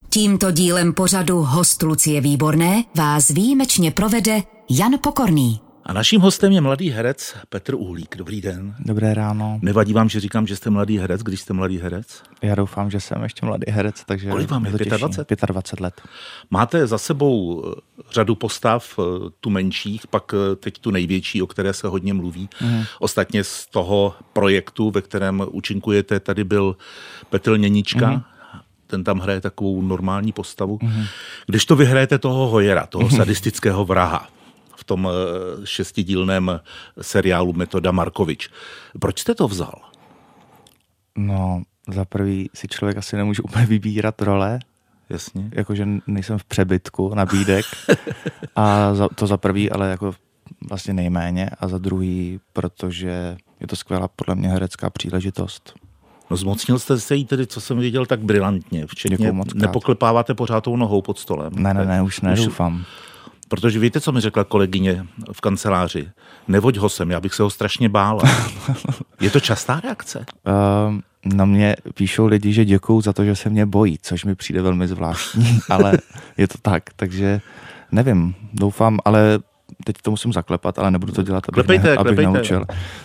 Tímto dílem pořadu Host Lucie Výborné vás výjimečně provede Jan Pokorný. A naším hostem je mladý herec Petr Uhlík. Dobrý den. Dobré ráno. Nevadí vám, že říkám, že jste mladý herec, když jste mladý herec? Já doufám, že jsem ještě mladý herec, takže... Kolik vám je? 25? 25 let. Máte za sebou řadu postav, tu menších, pak teď tu největší, o které se hodně mluví. Ostatně z toho projektu, ve kterém účinkujete, tady byl Petr Něnička. Ten tam hraje takovou normální postavu. Když to vyhrajete toho Hojera, toho sadistického vraha, v tom 6dílném seriálu Metoda Markovič. Proč jste to vzal? No, za prvý si člověk asi nemůže úplně vybírat role. Jasně. Jakože nejsem v přebytku nabídek. A to za prvý, ale jako vlastně nejméně. A za druhý, protože je to skvělá podle mě herecká příležitost. No zmocnil jste se jí tedy, co jsem viděl, tak brilantně. Včetně nepoklepáváte pořád tou nohou pod stolem. Ne, už nedoufám. Protože víte, co mi řekla kolegyně v kanceláři? Nevoď ho sem, já bych se ho strašně bála. Je to častá reakce? Na mě píšou lidi, že děkuju za to, že se mě bojí, což mi přijde velmi zvláštní, ale je to tak, takže nevím, doufám, ale teď to musím zaklepat, ale nebudu to dělat, abych naučil.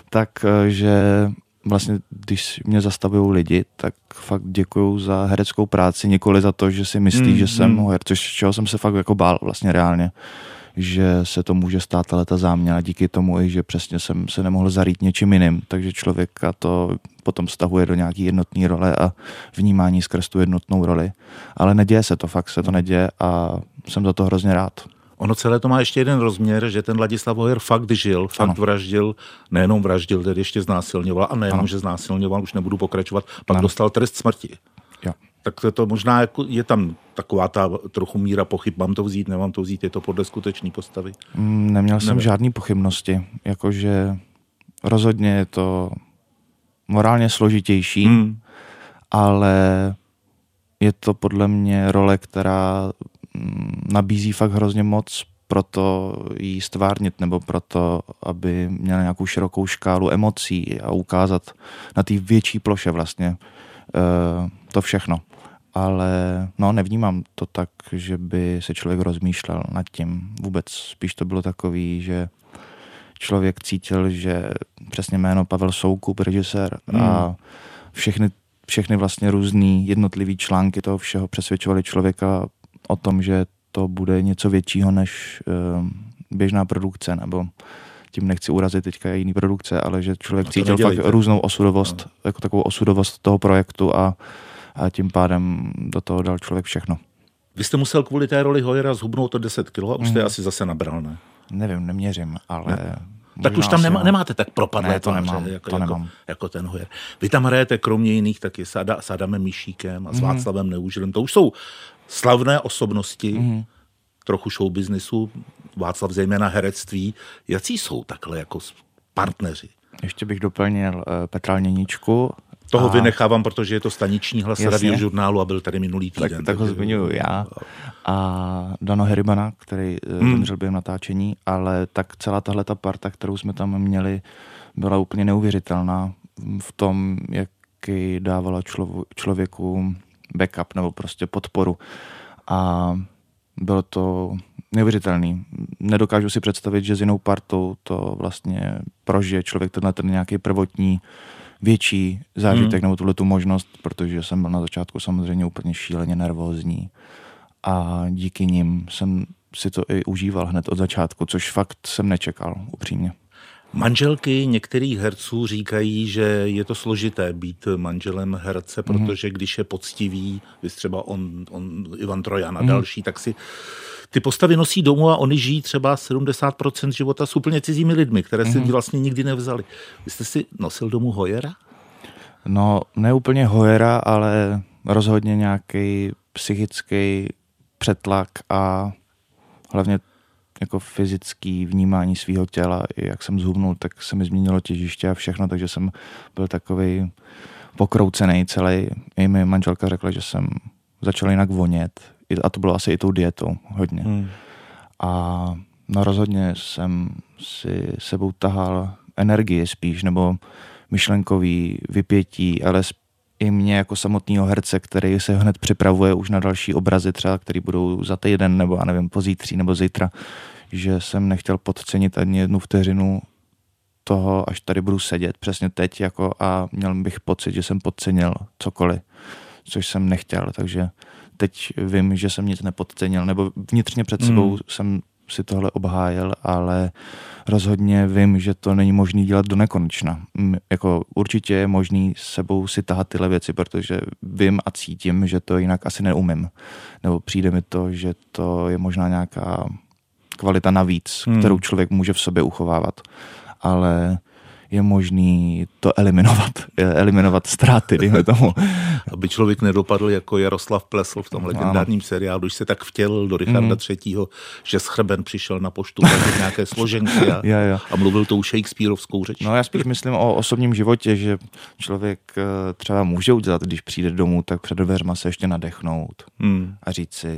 Takže vlastně, když mě zastavují lidi, tak fakt děkuju za hereckou práci, nikoli za to, že si myslí, že jsem hojer, čeho jsem se fakt jako bál vlastně reálně, že se to může stát ta záměna, díky tomu i, že přesně jsem se nemohl zarýt něčím jiným, takže člověka to potom stahuje do nějaký jednotný role a vnímání skrz tu jednotnou roli. Ale neděje se to, fakt se to neděje a jsem za to hrozně rád. Ono celé to má ještě jeden rozměr, že ten Ladislav Hojer fakt žil, fakt vraždil, nejenom vraždil, tedy ještě znásilňoval a nejenom, že znásilňoval, už nebudu pokračovat, pak dostal trest smrti. Jo. Tak to možná jako je tam taková ta trochu míra pochyb, mám to vzít, nemám to vzít, je to podle skutečné postavy? Neměl jsem žádný pochybnosti, jakože rozhodně je to morálně složitější, ale je to podle mě role, která nabízí fakt hrozně moc proto jí stvárnit, nebo proto, aby měla nějakou širokou škálu emocí a ukázat na té větší ploše vlastně to všechno. Ale no, nevnímám to tak, že by se člověk rozmýšlel nad tím. Vůbec spíš to bylo takový, že člověk cítil, že přesně jméno Pavel Soukup, režisér a všechny vlastně různý jednotlivý články toho všeho přesvědčovali člověka o tom, že to bude něco většího než běžná produkce, nebo tím nechci urazit teďka jiný produkce, ale že člověk cítil fakt různou osudovost, jako takovou osudovost toho projektu a tím pádem do toho dal člověk všechno. Vy jste musel kvůli té roli Hojera zhubnout o 10 kg a už jste asi zase nabral, ne? Nevím, neměřím, ale... Ne. Tak už tam nemáte tak propadlé jako ten Hojer. Vy tam hrajete kromě jiných taky s Adamem Mišíkem a s Václavem Neužilem. To už jsou slavné osobnosti, trochu showbiznisu, Václav zejména herectví. Jací jsou takhle jako partneři? Ještě bych doplnil Petra Něničku. Toho vynechávám, protože je to staniční hlas Radiožurnálu a byl tady minulý týden. Tak ho zmiňuji já. A Dano Heribana, který zemřel během natáčení, ale tak celá tahleta parta, kterou jsme tam měli, byla úplně neuvěřitelná v tom, jaký dávala člověku backup nebo prostě podporu. A bylo to neuvěřitelný. Nedokážu si představit, že s jinou partou to vlastně prožije člověk ten nějaký prvotní větší zážitek nebo tuhletu možnost, protože jsem byl na začátku samozřejmě úplně šíleně nervózní a díky nim jsem si to i užíval hned od začátku, což fakt jsem nečekal, upřímně. Manželky některých herců říkají, že je to složité být manželem herce, protože když je poctivý, vys třeba on Ivan Trojan a další, tak si ty postavy nosí domů a oni žijí třeba 70% života s úplně cizími lidmi, které si vlastně nikdy nevzali. Vy jste si nosil domů Hojera? No, ne úplně Hojera, ale rozhodně nějaký psychický přetlak a hlavně jako fyzický vnímání svého těla. I jak jsem zhubnul, tak se mi změnilo těžiště a všechno, takže jsem byl takovej pokroucený celý. I mi manželka řekla, že jsem začal jinak vonět. A to bylo asi i tou dietou hodně. A no rozhodně jsem si sebou tahal energii spíš, nebo myšlenkový vypětí, ale i mě jako samotného herce, který se hned připravuje už na další obrazy třeba, který budou za týden nebo já nevím, pozítří nebo zítra, že jsem nechtěl podcenit ani jednu vteřinu toho, až tady budu sedět přesně teď jako a měl bych pocit, že jsem podcenil cokoliv, což jsem nechtěl, takže teď vím, že jsem nic nepodcenil, nebo vnitřně před sebou jsem si tohle obhájil, ale rozhodně vím, že to není možné dělat do nekonečna. Jako určitě je možný s sebou si tahat tyhle věci, protože vím a cítím, že to jinak asi neumím. Nebo přijde mi to, že to je možná nějaká kvalita navíc, kterou člověk může v sobě uchovávat. Ale je možný to eliminovat ztráty, dejme tomu. Aby člověk nedopadl jako Jaroslav Plesl v tom legendárním seriálu, když se tak vtělil do Richarda III., že Schrben přišel na poštu nějaké složenky a mluvil tou shakespearovskou řeč. No já spíš myslím o osobním životě, že člověk třeba může udělat, když přijde domů, tak před dveřma se ještě nadechnout a říct si,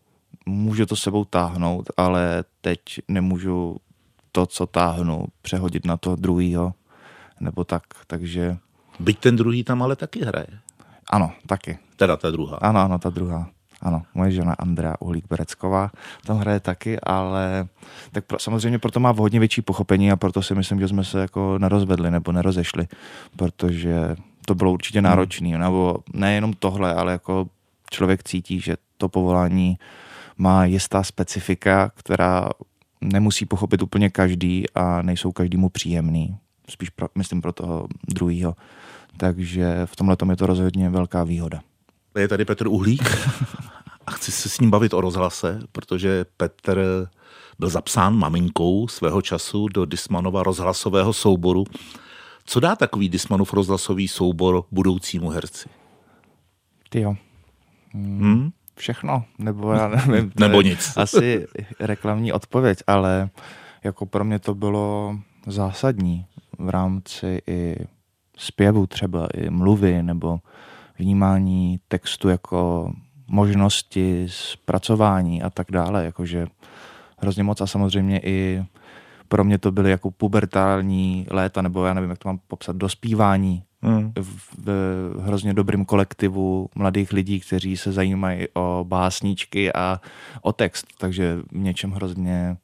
můžu to s sebou táhnout, ale teď nemůžu to, co táhnu, přehodit na toho druhýho, nebo tak, takže... Byť ten druhý tam ale taky hraje. Ano, taky. Teda ta druhá. Ano, ta druhá. Ano, moje žena Andrea Uhlík-Berecková tam hraje taky, ale tak samozřejmě proto má hodně větší pochopení a proto si myslím, že jsme se jako nerozvedli nebo nerozešli, protože to bylo určitě náročný, nebo nejenom tohle, ale jako člověk cítí, že to povolání má jistá specifika, která nemusí pochopit úplně každý a nejsou každému příjemný. Spíš myslím pro toho druhýho. Takže v tomhle tom je to rozhodně velká výhoda. Je tady Petr Uhlík a chci se s ním bavit o rozhlase, protože Petr byl zapsán maminkou svého času do Dismanova rozhlasového souboru. Co dá takový Dismanov rozhlasový soubor budoucímu herci? Tyjo. Všechno, nebo já nevím. Nebo nic. Asi reklamní odpověď, ale jako pro mě to bylo zásadní v rámci i zpěvu třeba, i mluvy, nebo vnímání textu jako možnosti zpracování a tak dále, jakože hrozně moc a samozřejmě i pro mě to byly jako pubertální léta, nebo já nevím, jak to mám popsat, dospívání v hrozně dobrým kolektivu mladých lidí, kteří se zajímají o básničky a o text, takže v něčem hrozně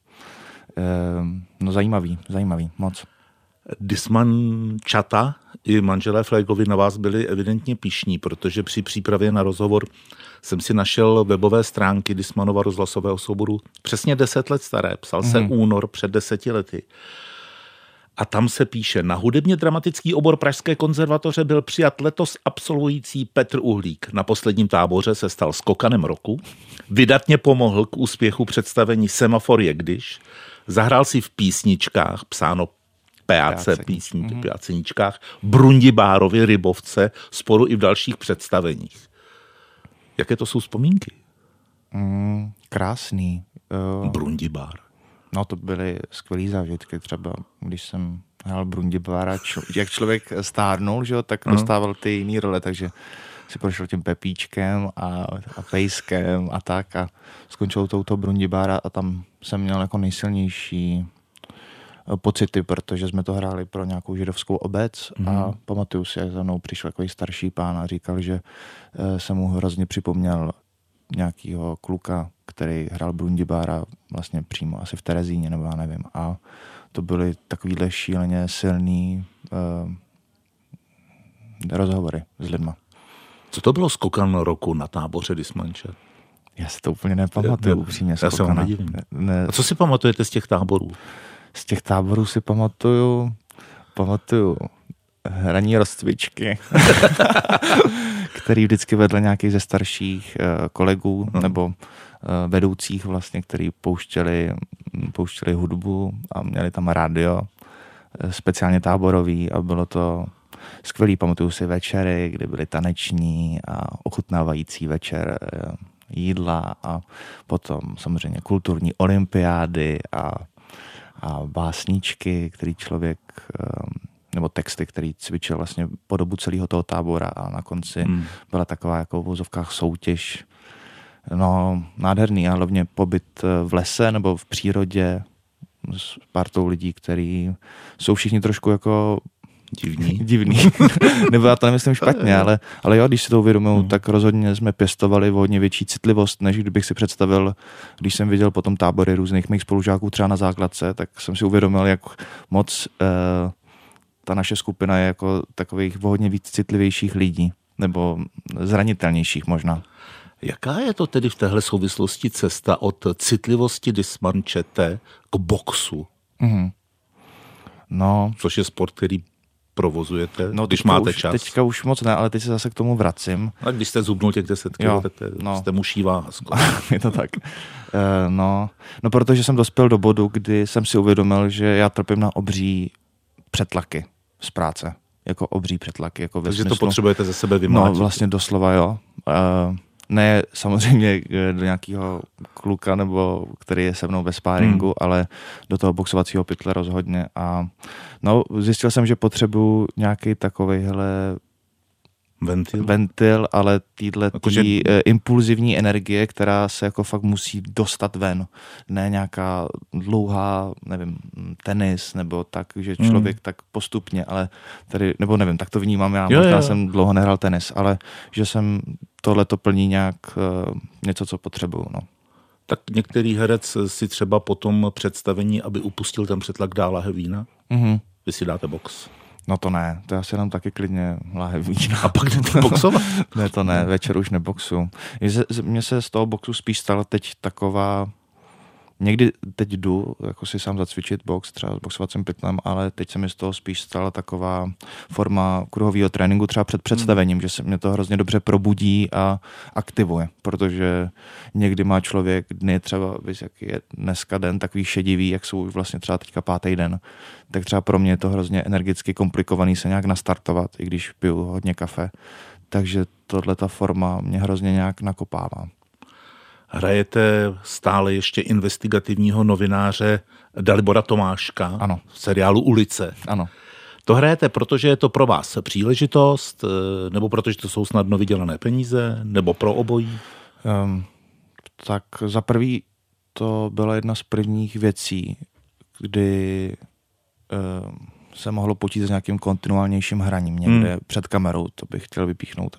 zajímavý, moc. Dismančata i manželé Fleigovi na vás byli evidentně pyšní, protože při přípravě na rozhovor jsem si našel webové stránky Dismanova rozhlasového souboru přesně 10 let staré. Psal se únor před 10 lety. A tam se píše, na hudebně dramatický obor Pražské konzervatoře byl přijat letos absolvující Petr Uhlík. Na posledním táboře se stal skokanem roku. Vydatně pomohl k úspěchu představení Semafor je když. Zahrál si v písničkách, psáno písničkách, Brundibárovi, Rybovce, sporu i v dalších představeních. Jaké to jsou vzpomínky? Krásný. Brundibár. No to byly skvělý zážitky, třeba když jsem hrál Brundibára, jak člověk stárnul, že jo, tak dostával ty jiný role, takže si prošel tím Pepíčkem a Pejskem a tak a skončil touto Brundibára a tam jsem měl jako nejsilnější pocity, protože jsme to hráli pro nějakou židovskou obec a pamatuju si, jak za mnou přišel takový starší pán a říkal, že jsem mu hrozně připomněl nějakýho kluka, který hrál Brundibára vlastně přímo asi v Terezíně, nebo já nevím. A to byly takovýhle šíleně silný rozhovory s lidma. Co to bylo skokan roku na táboře Dismančat? Já si to úplně nepamatuju, upřímně. Já se vám nedivím. A co si pamatujete z těch táborů? Z těch táborů si pamatuju hraní rozcvičky, který vždycky vedl nějaký ze starších kolegů nebo vedoucích vlastně, který pouštěli hudbu a měli tam rádio, speciálně táborový a bylo to skvělý. Pamatuju si večery, kdy byly taneční a ochutnávající večer jídla a potom samozřejmě kulturní olympiády a básničky, který člověk nebo texty, který cvičil vlastně po dobu celého toho tábora a na konci byla taková jako v vozovkách soutěž. No, nádherný a hlavně pobyt v lese nebo v přírodě s partou lidí, kteří jsou všichni trošku jako Divný. Nebo já to nemyslím špatně, ale jo, když si to uvědomuji, tak rozhodně jsme pěstovali o hodně větší citlivost, než kdybych si představil, když jsem viděl potom tábory různých mých spolužáků třeba na základce, tak jsem si uvědomil, jak moc ta naše skupina je jako takových hodně víc citlivějších lidí, nebo zranitelnějších možná. Jaká je to tedy v téhle souvislosti cesta od citlivosti dismančete k boxu? No, což je sport, který provozujete, když máte čas. Teďka už moc ne, ale teď se zase k tomu vracím. A když jste zubnul těch 10 kg, tak jste muší váha. Je to tak. No, protože jsem dospěl do bodu, kdy jsem si uvědomil, že já trpím na obří přetlaky z práce. Jako obří přetlaky. Jako takže to potřebujete ze sebe vymlátit. No, vlastně doslova jo. Ne samozřejmě do nějakého kluka, nebo který je se mnou ve spáringu, ale do toho boxovacího pytle rozhodně. A no, zjistil jsem, že potřebuji nějaký takovejhle ventil, ale tý impulzivní energie, která se jako fakt musí dostat ven. Ne nějaká dlouhá, nevím, tenis, nebo tak, že člověk tak postupně, ale tady, nebo nevím, tak to vnímám já. Možná jsem dlouho nehrál tenis, ale že jsem tohleto plní nějak něco, co potřebuju, no. Tak některý herec si třeba po tom představení, aby upustil ten přetlak, dá láhev vína? Vy si dáte box? No to ne, to já si dám taky klidně láhev vína. A pak jdete boxovat? Ne, to ne, večer už neboxu. Mně se z toho boxu spíš stala teď taková, někdy teď jdu jako si sám zacvičit box, třeba s boxovacím pytlem, ale teď se mi z toho spíš stala taková forma kruhového tréninku třeba před představením, že se mě to hrozně dobře probudí a aktivuje, protože někdy má člověk dny třeba, jaký je dneska den, takový šedivý, jak jsou už vlastně třeba teďka 5. den, tak třeba pro mě je to hrozně energicky komplikovaný se nějak nastartovat, i když piju hodně kafe, takže tato forma mě hrozně nějak nakopává. Hrajete stále ještě investigativního novináře Dalibora Tomáška v seriálu Ulice. Ano. To hrajete, protože je to pro vás příležitost, nebo protože to jsou snadno vydělané peníze, nebo pro obojí? Tak za prvý to byla jedna z prvních věcí, kdy se mohlo počítat s nějakým kontinuálnějším hraním někde před kamerou, to bych chtěl vypíchnout.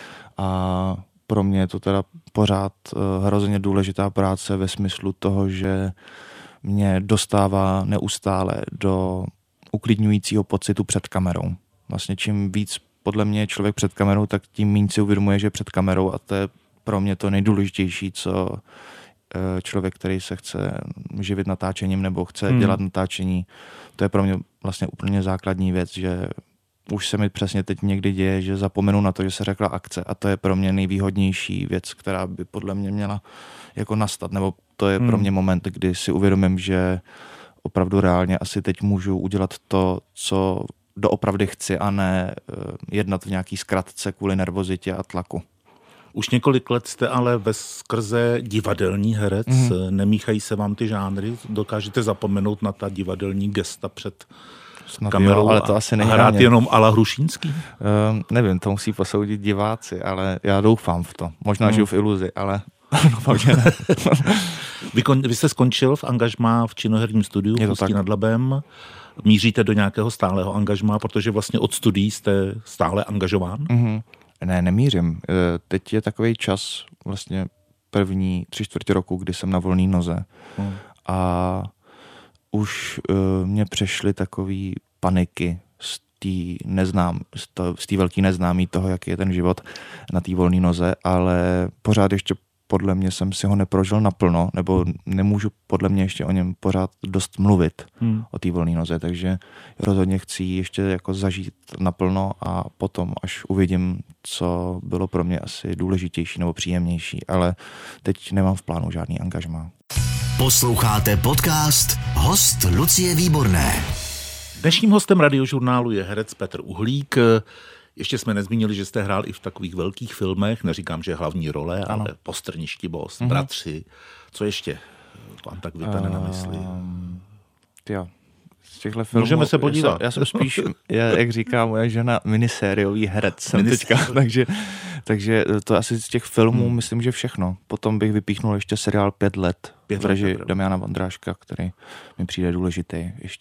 A pro mě je to teda pořád hrozně důležitá práce ve smyslu toho, že mě dostává neustále do uklidňujícího pocitu před kamerou. Vlastně čím víc podle mě je člověk před kamerou, tak tím méně si uvědomuje, že je před kamerou a to je pro mě to nejdůležitější, co člověk, který se chce živit natáčením nebo chce dělat natáčení, to je pro mě vlastně úplně základní věc, že už se mi přesně teď někdy děje, že zapomenu na to, že se řekla akce a to je pro mě nejvýhodnější věc, která by podle mě měla jako nastat, nebo to je pro mě moment, kdy si uvědomím, že opravdu reálně asi teď můžu udělat to, co doopravdy chci a ne jednat v nějaký zkratce kvůli nervozitě a tlaku. Už několik let jste ale veskrze divadelní herec, nemíchají se vám ty žánry, dokážete zapomenout na ta divadelní gesta před kamerou, jo, ale to asi a hrát jenom a la Hrušínský? Nevím, to musí posoudit diváci, ale já doufám v to. Možná žiju v iluzi, ale doufám, že ne. Vy jste skončil v angažmá v činoherním studiu v Ústí nad Labem. Míříte do nějakého stálého angažmá, protože vlastně od studií jste stále angažován? Ne, nemířím. Teď je takový čas, vlastně první 3/4 roku, kdy jsem na volné noze. A už mě přešly takový paniky z té velký neznámý toho, jaký je ten život na té volné noze, ale pořád ještě podle mě jsem si ho neprožil naplno, nebo nemůžu podle mě ještě o něm pořád dost mluvit o té volné noze, takže rozhodně chci ještě jako zažít naplno a potom, až uvidím, co bylo pro mě asi důležitější nebo příjemnější, ale teď nemám v plánu žádný angažmá. Posloucháte podcast Host Lucie Výborné. Dnešním hostem radiožurnálu je herec Petr Uhlík. Ještě jsme nezmínili, že jste hrál i v takových velkých filmech, neříkám, že hlavní role, ale Postrniští boss, Bratři. Co ještě vám tak vypadne na mysli? Jo. Z těchto filmů, můžeme se podívat. Já jsem spíš, jak říká moje žena, minisériový herec jsem teďka, takže to asi z těch filmů myslím, že všechno. Potom bych vypíchnul ještě seriál 5 let v režii Damiana Vondráška, který mi přijde důležitý ještě.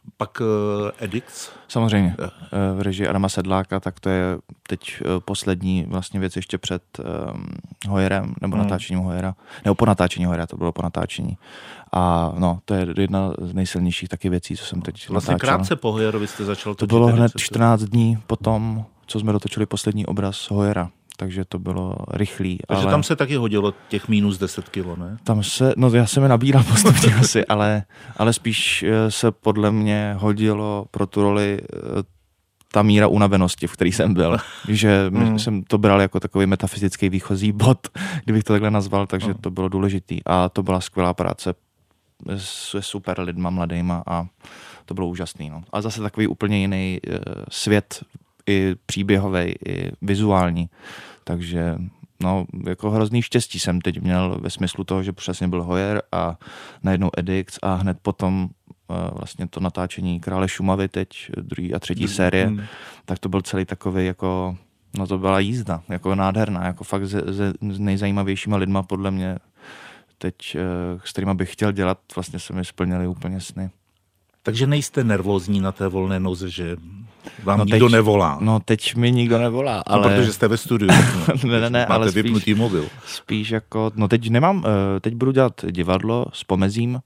Pak Edix? Samozřejmě. V režii Adama Sedláka, tak to je teď poslední vlastně věc ještě před Hoyerem, nebo natáčením Hoyera. Nebo po natáčení Hoyera, to bylo po natáčení. A no, to je jedna z nejsilnějších taky věcí, co jsem teď vlastně natáčel. Krátce po Hoyerovi jste začal to bylo hned 14 dní potom, co jsme dotočili poslední obraz Hoyera. Takže to bylo rychlý. Takže ale tam se taky hodilo těch minus 10 kilo, ne? Tam se, no já jsem je nabíral postupně asi, ale spíš se podle mě hodilo pro tu roli ta míra unavenosti, v který jsem byl. Že jsem to bral jako takový metafyzický výchozí bod, kdybych to takhle nazval, takže to bylo důležitý. A to byla skvělá práce se super lidma, mladejma a to bylo úžasný. No. A zase takový úplně jiný svět, i příběhovej, i vizuální. Takže no, jako hrozný štěstí jsem teď měl ve smyslu toho, že přesně byl Hoyer a najednou Edix a hned potom vlastně to natáčení Krále Šumavy teď, 2. a 3. série, tak to byl celý takový jako, no to byla jízda, jako nádherná, jako fakt s nejzajímavějšíma lidma podle mě teď, s kterýma bych chtěl dělat, vlastně se mi splnily úplně sny. Takže nejste nervózní na té volné noze, že vám nikdo nevolá. No teď mi nikdo nevolá, ale... No, protože jste ve studiu. ne, máte ale vypnutý mobil. Spíš jako, no teď nemám, teď budu dělat divadlo s pomezím,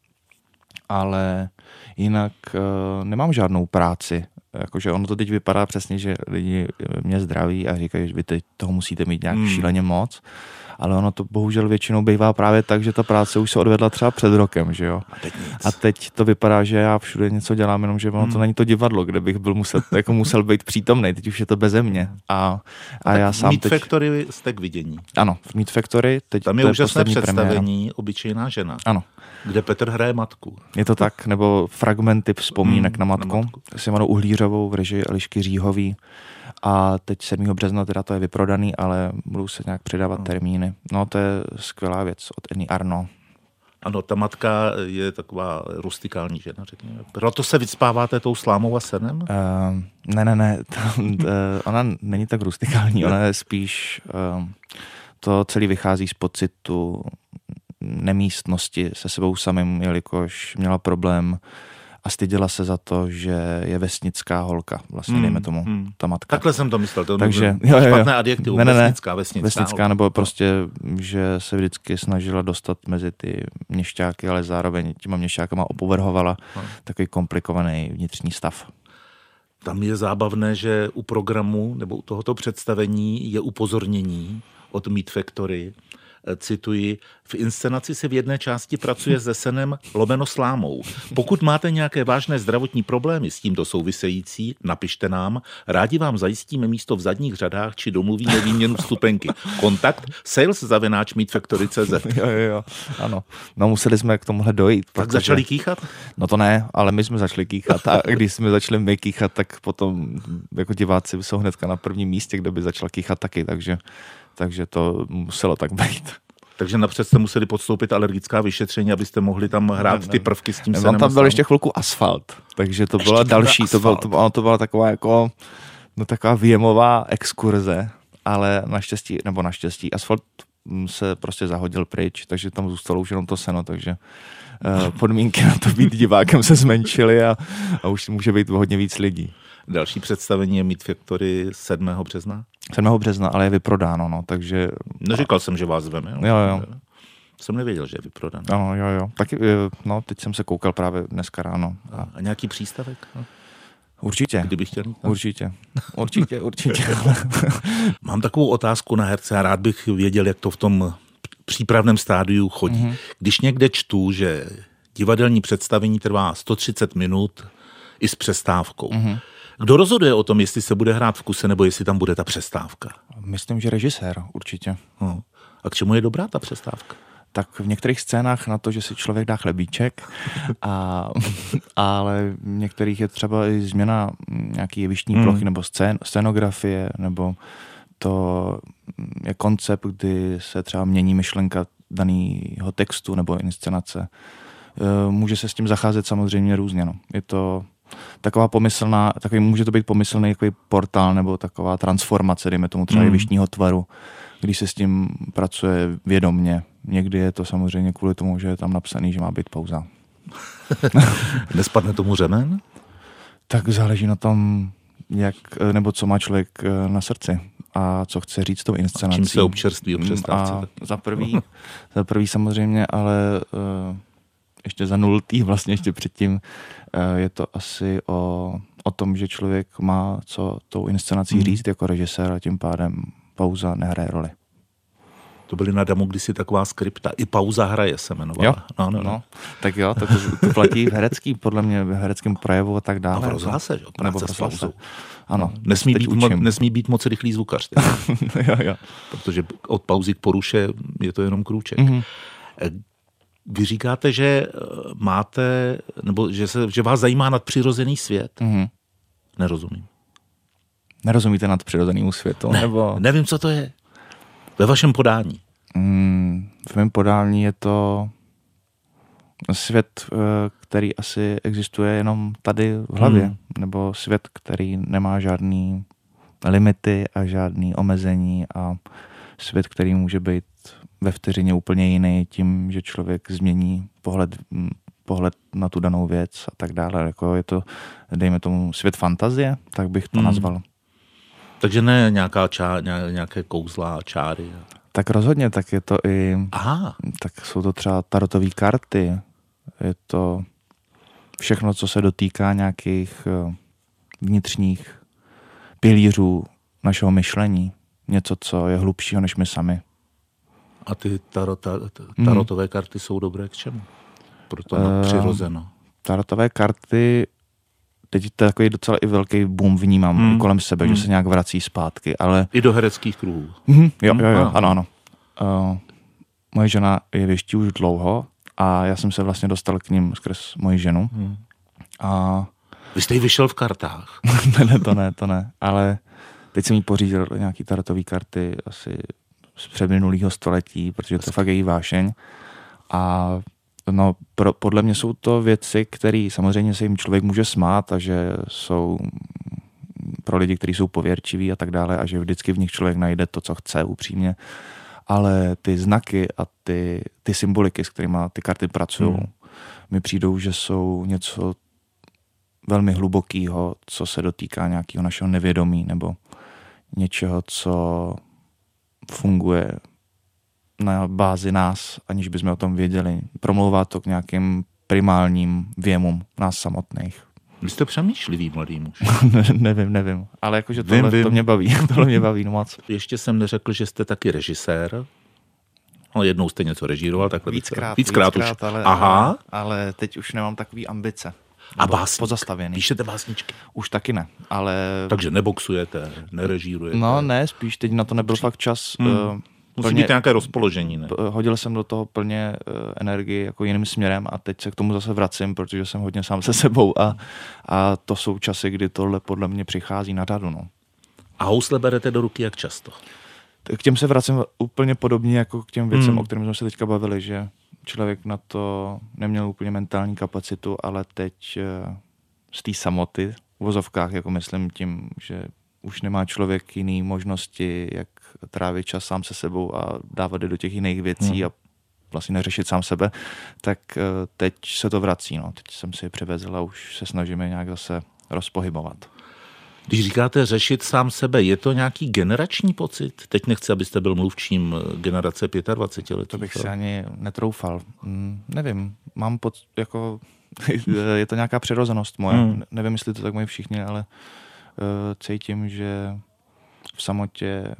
ale jinak nemám žádnou práci. Jakože ono to teď vypadá přesně, že lidi mě zdraví a říkají, že vy teď toho musíte mít nějak šíleně moc. Ale ono to bohužel většinou bývá právě tak, že ta práce už se odvedla třeba před rokem, že jo. A teď to vypadá, že já všude něco dělám, jenom že ono to není to divadlo, kde bych byl musel být přítomnej, teď už je to beze mě. A já sám Meat Factory jste k vidění. Ano, v Meat Factory. Teď tam je úžasné představení Obyčejná žena. Ano. Kde Petr hraje matku. Je to tak, nebo fragmenty vzpomínek na matku. S Ivanou Uhlířovou v režii Elišky Říhový. A teď 7. března teda to je vyprodaný, ale budou se nějak přidávat termíny. No to je skvělá věc od Annie Arno. Ano, ta matka je taková rustikální žena, řekněme. Proto se vycpáváte tou slámou a senem? Ne. Ona není tak rustikální, ona je spíš... to celý vychází z pocitu nemístnosti se sebou samým, jelikož měla problém a styděla se za to, že je vesnická holka, vlastně dejme tomu, ta matka. Takhle jsem to myslel, to takže, špatné adjektivu, vesnická nebo holka. Prostě, že se vždycky snažila dostat mezi ty měšťáky, ale zároveň těma měšťákama opovrhovala takový komplikovaný vnitřní stav. Tam je zábavné, že u programu nebo u tohoto představení je upozornění od Meat Factory, cituji, v inscenaci se v jedné části pracuje se senem lomeno slámou. Pokud máte nějaké vážné zdravotní problémy s tímto související, napište nám, rádi vám zajistíme místo v zadních řadách či domluvíme výměnu vstupenky. Kontakt sales@meatfactory.cz. Jo, ano. No museli jsme k tomuhle dojít. Tak začali kýchat? No to ne, ale my jsme začali kýchat a když jsme začali my kýchat, tak potom jako diváci jsou hnedka na prvním místě, kde by začal kýchat taky, takže to muselo tak být. Takže napřed jste museli podstoupit alergická vyšetření, abyste mohli tam hrát ty prvky s tím senem. Tam byl ještě chvilku asfalt, takže to byla další, to byla taková jako, no taková výjemová exkurze, ale naštěstí asfalt se prostě zahodil pryč, takže tam zůstalo už jenom to seno, takže podmínky na to být divákem se zmenšily a už může být hodně víc lidí. Další představení je Meat Factory 7. března? 7. března, ale je vyprodáno, no, takže... Neříkal jsem, že vás zveme. Jo. Jsem nevěděl, že je vyprodáno. Ano, jo. Taky, no, teď jsem se koukal právě dneska ráno. A nějaký přístavek? No. Určitě. Kdybych chtěl. No? Určitě. Mám takovou otázku na herce a rád bych věděl, jak to v tom přípravném stádiu chodí. Když někde čtu, že divadelní představení trvá 130 minut i s přestávkou. Kdo rozhoduje o tom, jestli se bude hrát v kuse, nebo jestli tam bude ta přestávka? Myslím, že režisér, určitě. No. A k čemu je dobrá ta přestávka? Tak v některých scénách na to, že si člověk dá chlebíček, ale v některých je třeba i změna nějaký jevištní plochy, nebo scénografie, nebo to je koncept, kdy se třeba mění myšlenka daného textu nebo inscenace. Může se s tím zacházet samozřejmě různě. No. Je to taková může to být pomyslný takový portál nebo taková transformace, dejme tomu třeba jevištního tvaru, když se s tím pracuje vědomně. Někdy je to samozřejmě kvůli tomu, že je tam napsaný, že má být pauza. Nespadne tomu řemen? Tak záleží na tom, jak, nebo co má člověk na srdci a co chce říct tou inscenací. Čím se občerství o přestávce. Za prvý samozřejmě, ale ještě za nultý, vlastně ještě předtím, je to asi o tom, že člověk má co tou inscenací říct jako režisér a tím pádem pauza nehraje roli. To byly na Damu kdysi taková skripta. I pauza hraje se jmenovala. Jo? No. Tak jo, to platí v herecký, podle mě v hereckém projevu a tak dále. No v rozhlase, jo? Práce s pauzou. Ano. Nesmí být moc rychlý zvukař. jo. Protože od pauzy k poruše je to jenom krůček. Mm-hmm. Vy říkáte, že máte, nebo že vás zajímá nadpřirozený svět. Mm-hmm. Nerozumím. Nerozumíte nadpřirozenému světu? Ne, nebo... nevím, co to je. Ve vašem podání. V mém podání je to svět, který asi existuje jenom tady v hlavě. Nebo svět, který nemá žádný limity a žádný omezení a svět, který může být ve vteřině úplně jiný tím, že člověk změní pohled na tu danou věc a tak dále. Jako je to, dejme tomu, svět fantazie, tak bych to nazval. Takže ne nějaké kouzla a čáry. Tak rozhodně, tak je to i... Aha. Tak jsou to třeba tarotové karty, je to všechno, co se dotýká nějakých vnitřních pilířů našeho myšlení. Něco, co je hlubšího než my sami. A ty tarotové karty jsou dobré k čemu? Proto přirozeně. Tarotové karty, teď to je takový docela i velký boom vnímám kolem sebe, že se nějak vrací zpátky, ale... I do hereckých kruhů. Jo, ano. Moje žena je věští už dlouho a já jsem se vlastně dostal k ním skrz moji ženu. A... Vy jste jí vyšel v kartách. To ne, ale teď jsem jí pořídil nějaký tarotové karty asi z předminulého století, protože to je fakt její vášeň. A no, podle mě jsou to věci, které samozřejmě se jim člověk může smát a že jsou pro lidi, kteří jsou pověrčiví a tak dále a že vždycky v nich člověk najde to, co chce upřímně. Ale ty znaky a ty symboliky, s kterými ty karty pracují, mi přijdou, že jsou něco velmi hlubokého, co se dotýká nějakého našeho nevědomí nebo něčeho, co funguje na bázi nás, aniž bychom o tom věděli. Promlouvá to k nějakým primálním věmům nás samotných. Vy jste přemýšlivý mladý muž. nevím. Ale jakože to mě baví. Tohle mě baví moc. Ještě jsem neřekl, že jste taky režisér. No, jednou jste něco režíroval, takhle víckrát už. Ale teď už nemám takový ambice. A básník? Pozastavěný. Píšete básničky? Už taky ne, ale... Takže neboxujete, nerežírujete? No ne, spíš teď na to nebyl fakt čas. Musí být nějaké rozpoložení, ne? Hodil jsem do toho plně energii jako jiným směrem a teď se k tomu zase vracím, protože jsem hodně sám se sebou a to jsou časy, kdy tohle podle mě přichází na řadu. No. A housle berete do ruky jak často? K těm se vracím úplně podobně jako k těm věcem, o kterých jsme se teďka bavili, že člověk na to neměl úplně mentální kapacitu, ale teď z té samoty v vozovkách, jako myslím tím, že už nemá člověk jiný možnosti, jak trávit čas sám se sebou a dávat je do těch jiných věcí a vlastně neřešit sám sebe, tak teď se to vrací. No. Teď jsem si je přivezl a už se snažíme nějak zase rozpohybovat. Když říkáte řešit sám sebe, je to nějaký generační pocit? Teď nechci, abyste byl mluvčím generace 25 let. To bych si ani netroufal. Nevím, mám jako je to nějaká přirozenost moje. Nevím, jestli to tak mají všichni, ale cítím, že v samotě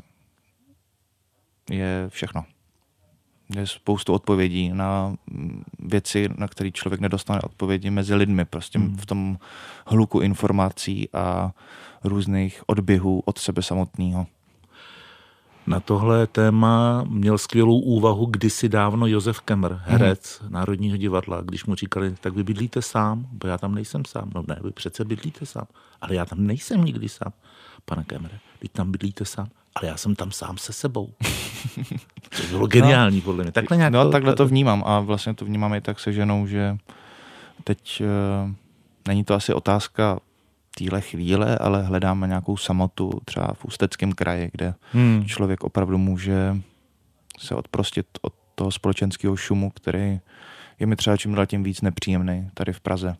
je všechno. Je spoustu odpovědí na věci, na které člověk nedostane odpovědi mezi lidmi. Prostě v tom hluku informací a různých odběhů od sebe samotného. Na tohle téma měl skvělou úvahu kdysi dávno Josef Kemr, herec Národního divadla, když mu říkali, tak vy bydlíte sám, bo já tam nejsem sám. No ne, vy přece bydlíte sám, ale já tam nejsem nikdy sám. Pane Kemre, vy tam bydlíte sám, ale já jsem tam sám se sebou. To bylo geniální podle mě. Takhle to vnímám a vlastně to vnímám i tak se ženou, že teď není to asi otázka téhle chvíle, ale hledáme nějakou samotu třeba v Ústeckém kraji, kde člověk opravdu může se odprostit od toho společenského šumu, který je mi třeba čím dál tím víc nepříjemný tady v Praze.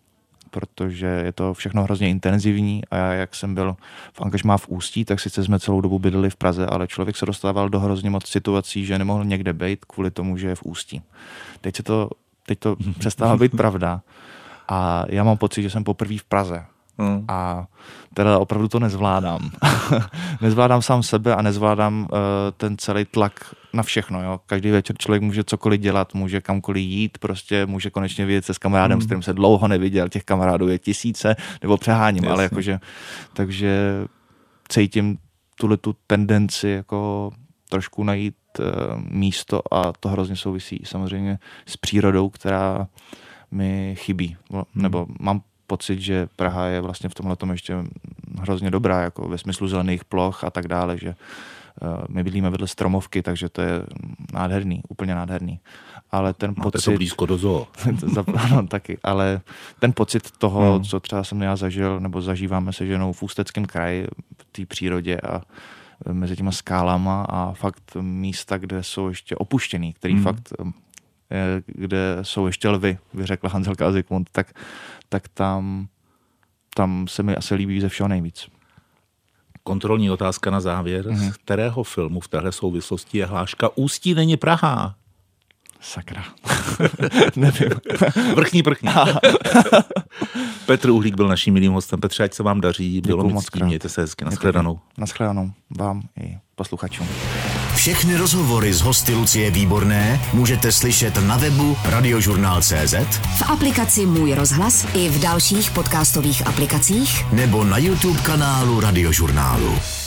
protože je to všechno hrozně intenzivní a já, jak jsem byl v angažmá v Ústí, tak sice jsme celou dobu bydleli v Praze, ale člověk se dostával do hrozně moc situací, že nemohl někde být kvůli tomu, že je v Ústí. Teď to přestává být pravda a já mám pocit, že jsem poprvé v Praze. A teda opravdu to nezvládám. Nezvládám sám sebe a nezvládám ten celý tlak na všechno. Jo? Každý večer člověk může cokoliv dělat, může kamkoliv jít, prostě může konečně vidět se s kamarádem, s kterým se dlouho neviděl. Těch kamarádů je tisíce, nebo přeháním, ale jakože, takže cítím tu tendenci jako trošku najít místo a to hrozně souvisí samozřejmě s přírodou, která mi chybí. Nebo mám pocit, že Praha je vlastně v tomhletom ještě hrozně dobrá, jako ve smyslu zelených ploch a tak dále, že my bydlíme vedle stromovky, takže to je nádherný, úplně nádherný. Ale ten máte pocit... to blízko do zoo. Ano, taky, ale ten pocit toho, co třeba jsem já zažil, nebo zažíváme se ženou v Ústeckém kraji, v té přírodě a mezi těma skálama a fakt místa, kde jsou ještě opuštěný, který fakt, kde jsou ještě lvy, vyřekla Hanzelka a Zikmund, tak tam se mi asi líbí ze všeho nejvíc. Kontrolní otázka na závěr. Z kterého filmu v téhle souvislosti je hláška Ústí není Praha? Sakra. Nevím. Vrchní prchní. Petr Uhlík byl naším milým hostem. Petře, ať se vám daří. Bylo mi ctí, mějte se hezky. Nashledanou. Nashledanou vám i posluchačům. Všechny rozhovory s hosty Lucie Výborné můžete slyšet na webu Radiožurnál.cz, v aplikaci Můj rozhlas i v dalších podcastových aplikacích nebo na YouTube kanálu Radiožurnálu.